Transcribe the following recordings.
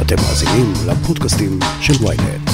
אתם מאזינים לפודקאסטים של ynet.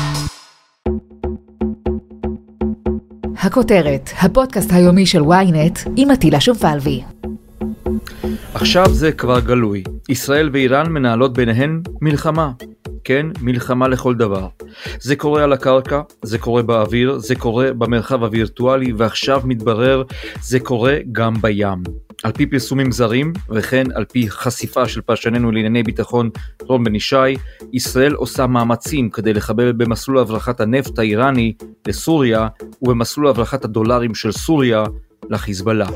הכותרת, הפודקאסט היומי של ynet עם עטילה שומפלבי. עכשיו זה כבר גלוי. ישראל ואיראן מנהלות ביניהן מלחמה. כן, מלחמה לכל דבר. זה קורה על הקרקע, זה קורה באוויר, זה קורה במרחב הווירטואלי, ועכשיו מתברר, זה קורה גם בים. על פי פרסומים זרים, וכן על פי חשיפה של פרשננו לענייני ביטחון רון בן ישי, ישראל עושה מאמצים כדי לחבל במסלול הברחת הנפט האיראני לסוריה, ובמסלול הברחת הדולרים של סוריה לחיזבאללה.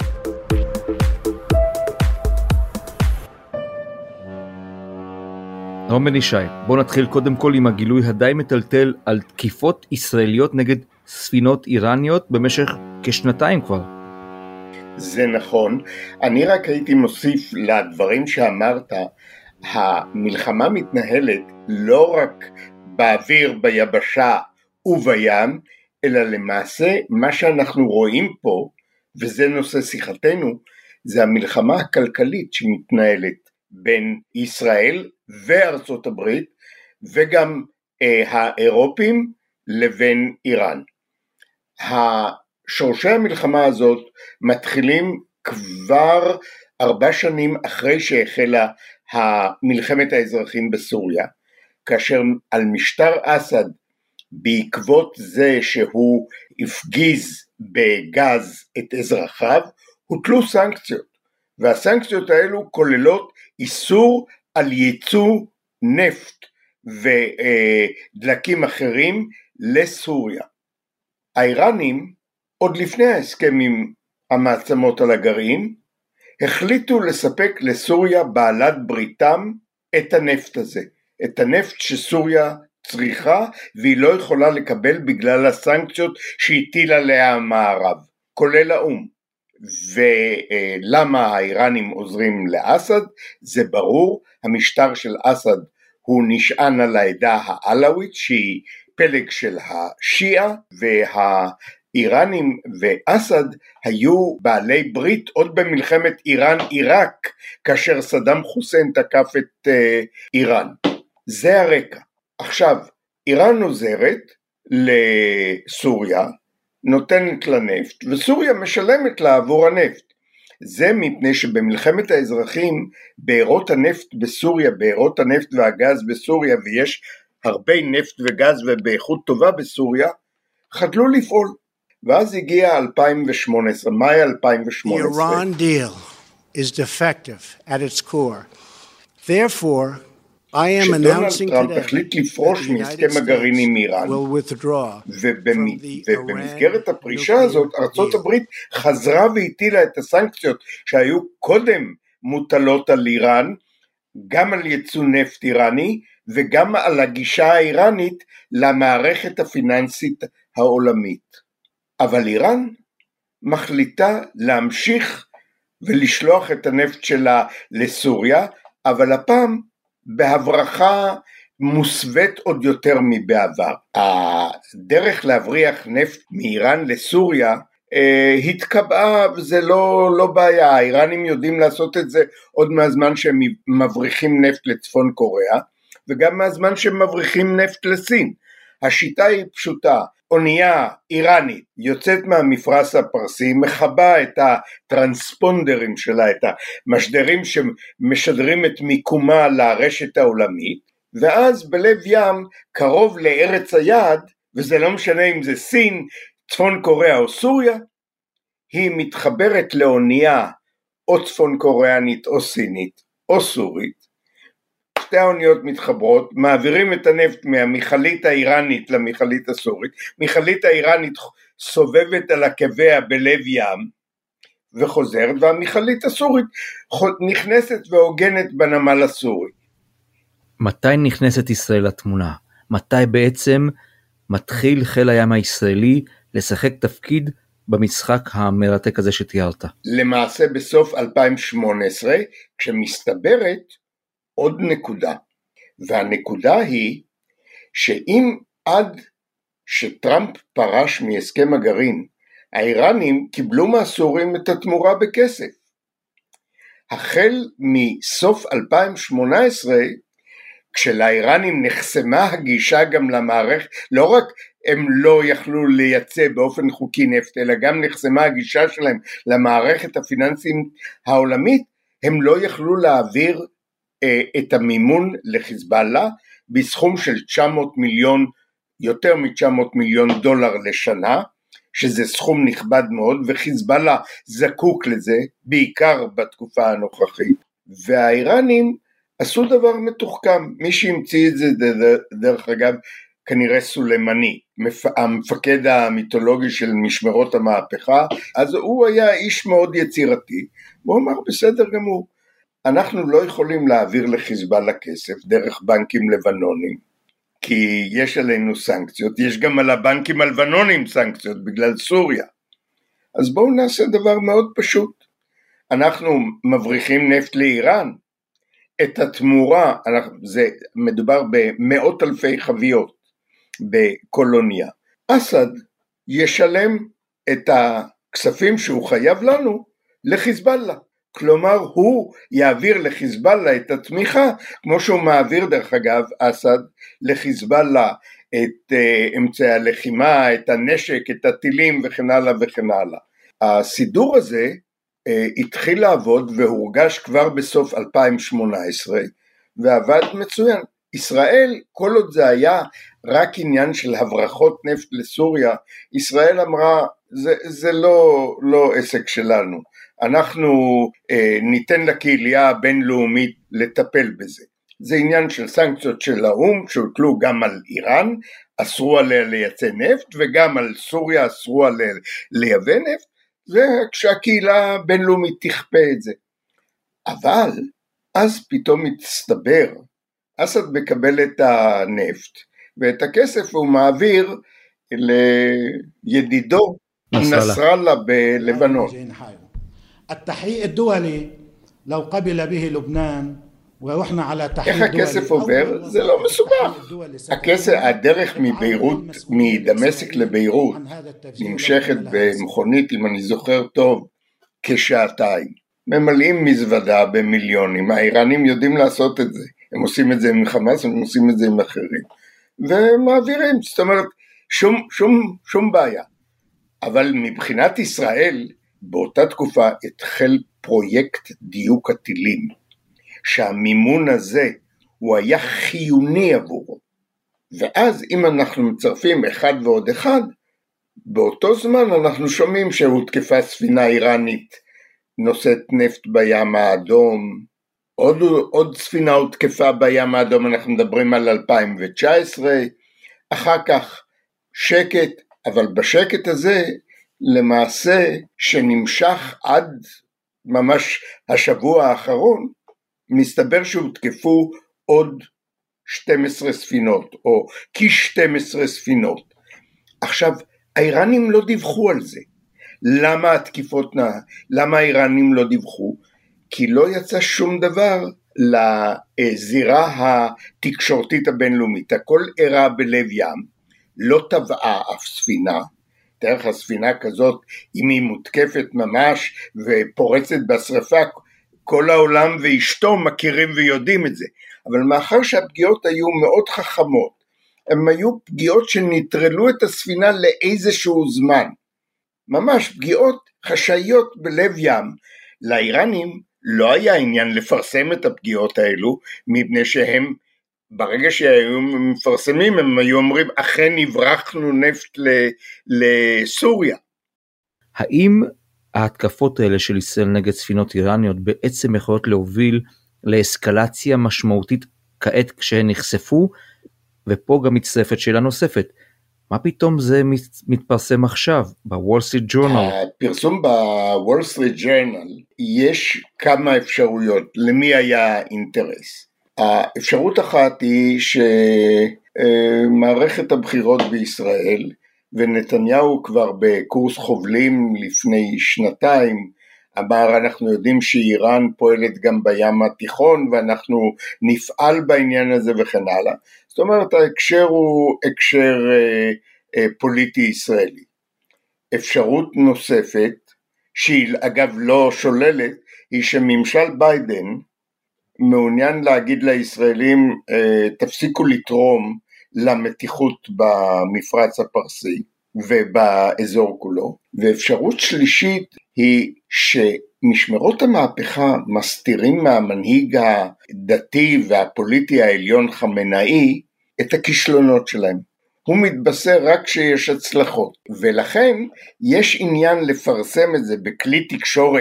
רון בן ישי, בוא נתחיל קודם כל עם הגילוי הדי מטלטל על תקיפות ישראליות נגד ספינות איראניות במשך כשנתיים כבר. זה נכון, אני רק הייתי מוסיף לדברים שאמרת, המלחמה מתנהלת לא רק באוויר, ביבשה ובים, אלא למעשה מה שאנחנו רואים פה, וזה נושא שיחתנו, זה המלחמה הכלכלית שמתנהלת בין ישראל וארצות הברית וגם האירופים לבין איראן. שורשי המלחמה הזאת מתחילים כבר 4 שנים אחרי שהחלה מלחמת האזרחים בסוריה, כאשר על משטר אסד בעקבות זה שהוא הפגיז בגז את אזרחיו הוטלו סנקציות, והסנקציות האלו כוללות איסור על ייצוא נפט ודלקים אחרים לסוריה. האיראנים עוד לפני ההסכם עם המעצמות על הגרעין החליטו לספק לסוריה בעלת בריתם את הנפט הזה, את הנפט שסוריה צריכה והיא לא יכולה לקבל בגלל הסנקציות שהטיל עליה המערב, כולל האו"ם. ולמה האיראנים עוזרים לאסד? זה ברור, המשטר של אסד הוא נשען על העדה העלאווית שהיא פלג של השיעה, והאיראנים ואסד היו בעלי ברית עוד במלחמת איראן-עיראק כאשר סדאם חוסיין תקף את איראן. זה הרקע. עכשיו, איראן עוזרת לסוריה, נותנת לנפט, וסוריה משלמת לה עבור הנפט. זה מפני שבמלחמת האזרחים, בארות הנפט בסוריה, בארות הנפט והגז בסוריה, ויש הרבה נפט וגז ובאיכות טובה בסוריה, חדלו לפעול. ואז הגיע 2018, מאי 2018. The Iran deal is defective at its core. Therefore, I am announcing טראמפ today החליט לפרוש מהסכם הגרעין עם איראן, ובמסגרת הפרישה הזאת ארצות הברית חזרה והטילה את הסנקציות שהיו קודם מוטלות על איראן, גם על ייצוא נפט איראני וגם על הגישה האיראנית למערכת הפיננסית העולמית. אבל איראן מחליטה להמשיך ולשלוח את הנפט שלה לסוריה, אבל הפעם בהברחה מוסווית עוד יותר מבעבר. הדרך להבריח נפט מאיראן לסוריה התקבעה, וזה לא בעיה, האיראנים יודעים לעשות את זה עוד מהזמן שהם מבריחים נפט לצפון קוריאה, וגם מהזמן שהם מבריחים נפט לסין. השיטה היא פשוטה, אונייה איראנית יוצאת מהמפרש הפרסי, מחבה את הטרנספונדרים שלה, את המשדרים שמשדרים את מיקומה לרשת העולמית, ואז בלב ים, קרוב לארץ היעד, וזה לא משנה אם זה סין, צפון קוריאה או סוריה, היא מתחברת לאונייה או צפון קוריאנית או סינית או סורית, שתי האוניות מתחברות, מעבירים את הנפט מהמכלית האיראנית למכלית הסורית, מכלית האיראנית סובבת על עקביה בלב ים וחוזרת, והמכלית הסורית נכנסת והוגנת בנמל הסורי. מתי נכנסת ישראל לתמונה? מתי בעצם מתחיל חיל הים הישראלי לשחק תפקיד במשחק המרתק הזה שתיארת? למעשה בסוף 2018, כשמסתברת עוד נקודה, והנקודה היא שאם עד שטראמפ פרש מהסכם הגרעין, האיראנים קיבלו מהסורים את התמורה בכסף. החל מסוף 2018, כשלאיראנים נחסמה הגישה גם למערכת, לא רק הם לא יכלו לייצא באופן חוקי נפט, אלא גם נחסמה הגישה שלהם למערכת הפיננסית העולמית, הם לא יכלו להעביר את המימון לחיזבאללה בסכום של 900 מיליון, יותר מ-900 מיליון דולר לשנה, שזה סכום נכבד מאוד, וחיזבאללה זקוק לזה, בעיקר בתקופה הנוכחית, והאיראנים עשו דבר מתוחכם, מי שהמציא את זה דרך אגב, כנראה סולימני, המפקד המיתולוגי של משמרות המהפכה, אז הוא היה איש מאוד יצירתי, הוא אמר בסדר גמור, אנחנו לא יכולים להעביר לחיזבאללה כסף דרך בנקים לבנונים, כי יש עלינו סנקציות, יש גם על הבנקים הלבנונים סנקציות בגלל סוריה, אז בואו נעשה דבר מאוד פשוט, אנחנו מבריחים נפט לאיראן, את התמורה, זה מדובר במאות אלפי חביות בקולוניה, אסד ישלם את הכספים שהוא חייב לנו לחיזבאללה, כלומר הוא יעביר לחיזבאללה את התמיכה, כמו שהוא מעביר דרך אגב אסד לחיזבאללה את אמצעי הלחימה, את הנשק, את הטילים וכן הלאה וכן הלאה. הסידור הזה התחיל לעבוד והורגש כבר בסוף 2018 ועבד מצוין. ישראל, כל עוד זה היה רק עניין של הברחות נפט לסוריה, ישראל אמרה זה לא עסק שלנו, אנחנו ניתן לקהילייה הבינלאומית לטפל בזה. זה עניין של סנקציות של האו"ם שהוטלו גם על איראן, אסרו עליה לייצא נפט, וגם על סוריה אסרו עליה לייבא נפט, וכשהקהילה הבינלאומית תכפה את זה. אבל אז פתאום מצטבר, אסד מקבל את הנפט, ואת הכסף הוא מעביר לידידו נסראללה בלבנון. التحقيق الدولي لو قبل به لبنان واحنا على تحقيق איך הכסף עובר? זה לא מסובך. הדרך מביירות, מדמשק לביירות, נמשכת במכונית, אם אני זוכר טוב, כשעתיים. ממלאים מזוודה במיליונים, האיראנים יודעים לעשות את זה. הם עושים את זה עם חמאס, הם עושים את זה עם אחרים. ומעבירים, זאת אומרת, שום בעיה. אבל מבחינת ישראל, באותה תקופה התחל פרויקט דיוק הטילים, שהמימון הזה הוא היה חיוני עבורו, ואז אם אנחנו מצרפים אחד ועוד אחד, באותו זמן אנחנו שומעים שהותקפה ספינה איראנית נושאת נפט בים האדום, עוד ספינה הותקפה בים האדום, אנחנו מדברים על 2019, אחר כך שקט, אבל בשקט הזה למעשה שנמשך עד ממש השבוע האחרון, מסתבר שהותקפו עוד 12 ספינות, או כ-12 ספינות. עכשיו, האיראנים לא דיווחו על זה. למה התקיפות למה האיראנים לא דיווחו? כי לא יצא שום דבר לזירה התקשורתית הבינלאומית. הכל אירע בלב ים, לא טבעה אף ספינה, דרך הספינה כזאת, אם היא מותקפת ממש ופורצת בשריפה, כל העולם ואשתו מכירים ויודעים את זה. אבל מאחר שהפגיעות היו מאוד חכמות, הן היו פגיעות שנטרלו את הספינה לאיזשהו זמן. ממש פגיעות חשאיות בלב ים. לאיראנים לא היה עניין לפרסם את הפגיעות האלו, מפני שהם ברגע שהיו מפרסמים, הם היו אומרים, אכן הברחנו נפט לסוריה. האם ההתקפות האלה של ישראל נגד ספינות איראניות בעצם יכולות להוביל לאסקלציה משמעותית כעת כשהן נחשפו? ופה גם מצטרפת שאלה נוספת, מה פתאום זה מתפרסם עכשיו בוול סטריט ג'ורנל? הפרסום בוול סטריט ג'ורנל, יש כמה אפשרויות, למי היה אינטרס. האפשרות אחת היא שמערכת הבחירות בישראל, ונתניהו כבר בקורס חובלים לפני שנתיים, אמר אנחנו יודעים שאיראן פועלת גם בים התיכון, ואנחנו נפעל בעניין הזה וכן הלאה. זאת אומרת, ההקשר הוא הקשר פוליטי ישראלי. אפשרות נוספת, שהיא אגב לא שוללת, היא שממשל ביידן, מעוניין להגיד לישראלים, תפסיקו לתרום למתיחות במפרץ הפרסי ובאזור כולו. ואפשרות שלישית היא שמשמרות המהפכה מסתירים מהמנהיג הדתי והפוליטי העליון חמינאי את הכישלונות שלהם. הוא מתבשר רק כשיש הצלחות, ולכן יש עניין לפרסם את זה בכלי תקשורת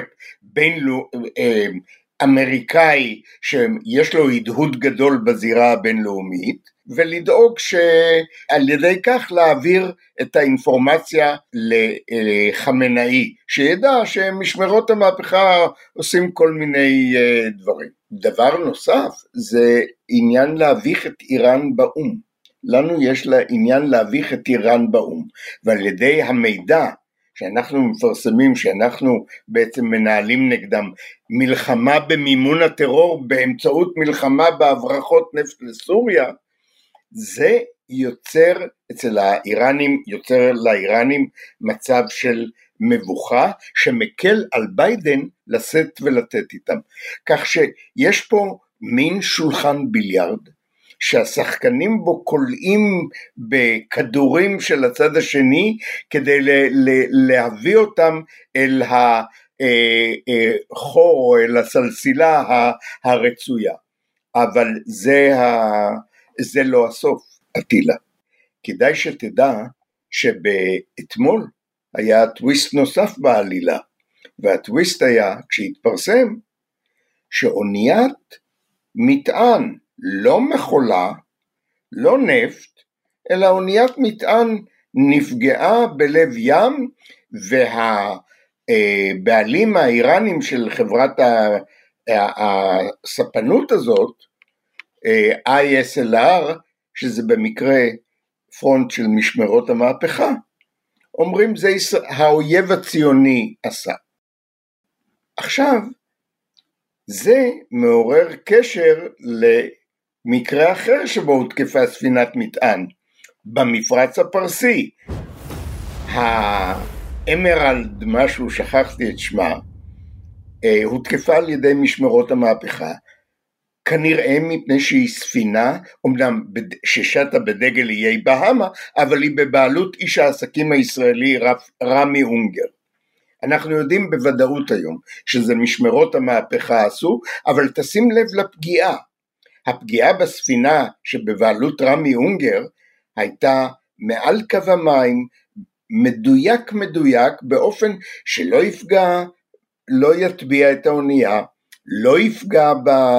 אמריקאי שיש לו הדהוד גדול בזירה הבינלאומית, ולדאוג שעל ידי כך להעביר את האינפורמציה לחמינאי, שידע שמשמרות המהפכה עושים כל מיני דברים. דבר נוסף זה עניין להביך את איראן באום. לנו יש לה עניין להביך את איראן באום, ועל ידי המידע שאנחנו מפרסמים, שאנחנו בעצם מנהלים נגדם מלחמה במימון הטרור באמצעות מלחמה בהברחות נפט לסוריה, זה יוצר אצל האיראנים, יוצר לאיראנים מצב של מבוכה שמקל על ביידן לשאת ולתת איתם. כך שיש פה מין שולחן ביליארד, שהשחקנים בו קולעים בכדורים של הצד השני, כדי להביא אותם אל החור או אל הסלסילה הרצויה. אבל זה לא הסוף, אטילה. כדאי שתדע שבאתמול היה טוויסט נוסף בעלילה, והטוויסט היה כשהתפרסם שאוניית מטען, לא מחולה, לא נפט, אלא אוניית מטען נפגעה בלב ים, והבעלים האיראנים של חברת הספנות הזאת, ISLR, שזה במקרה פרונט של משמרות המהפכה, אומרים זה האויב הציוני עשה. עכשיו, זה מעורר קשר למקרה אחר שבו הותקפה ספינת מטען, במפרץ הפרסי. האמרלד, משהו שכחתי את שמה, הותקפה על ידי משמרות המהפכה, כנראה מפני שהיא ספינה, אומנם ששטה בדגל איי בהמה, אבל היא בבעלות איש העסקים הישראלי רמי אונגר. אנחנו יודעים בוודאות היום שזה משמרות המהפכה עשו, אבל תשים לב לפגיעה. הפגיעה בספינה שבבעלות רמי אונגר הייתה מעל קו המים, מדויק באופן שלא יפגע, לא יטביע את האונייה, לא יפגע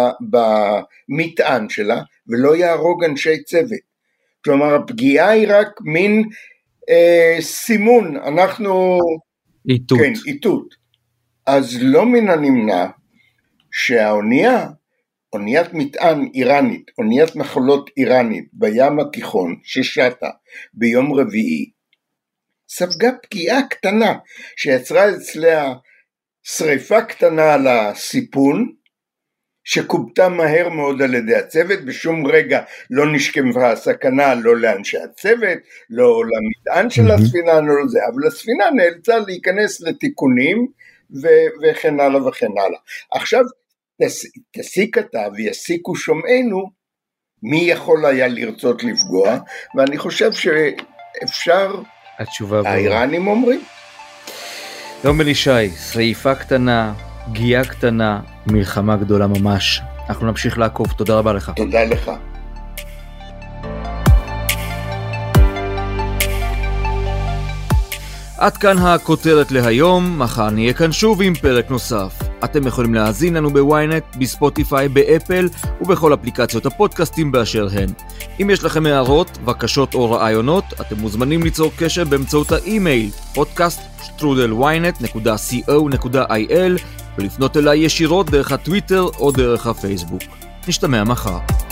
במטען שלה ולא יהרוג אנשי צוות. כלומר הפגיעה היא רק מין סימון, אנחנו איתות. כן, איתות. אז לא מן הנמנע שהאונייה, אוניית מטען איראנית, אוניית מחלות איראנית בים התיכון ששטה ביום רביעי, ספגה פגיעה קטנה שיצרה אצלה שריפה קטנה על הסיפון, שקובתה מהר מאוד על ידי הצוות, בשום רגע לא נשקפה הסכנה, לא לאנשי הצוות, לא למטען של הספינה, לא לזה, אבל הספינה נאלצה להיכנס לתיקונים, וכן הלאה וכן הלאה. עכשיו תסיק אתה ויסיקו שומענו, מי יכול היה לרצות לפגוע, ואני חושב שאפשר, האיראנים אומרים. יום בלישי, שריפה קטנה, פגיעה קטנה, מלחמה גדולה ממש. אנחנו נמשיך לעקוב, תודה רבה לך. תודה לך. עד כאן הכותרת להיום, מחר נהיה כאן שוב עם פרק נוסף. אתם יכולים להאזין לנו בוויינט, בספוטיפיי, באפל ובכל אפליקציות הפודקאסטים באשר הן. אם יש לכם הערות, בקשות או רעיונות, אתם מוזמנים ליצור קשר באמצעות האימייל podcast@ynet.co.il ולפנות אליי ישירות דרך הטוויטר או דרך הפייסבוק. נשתמע מחר.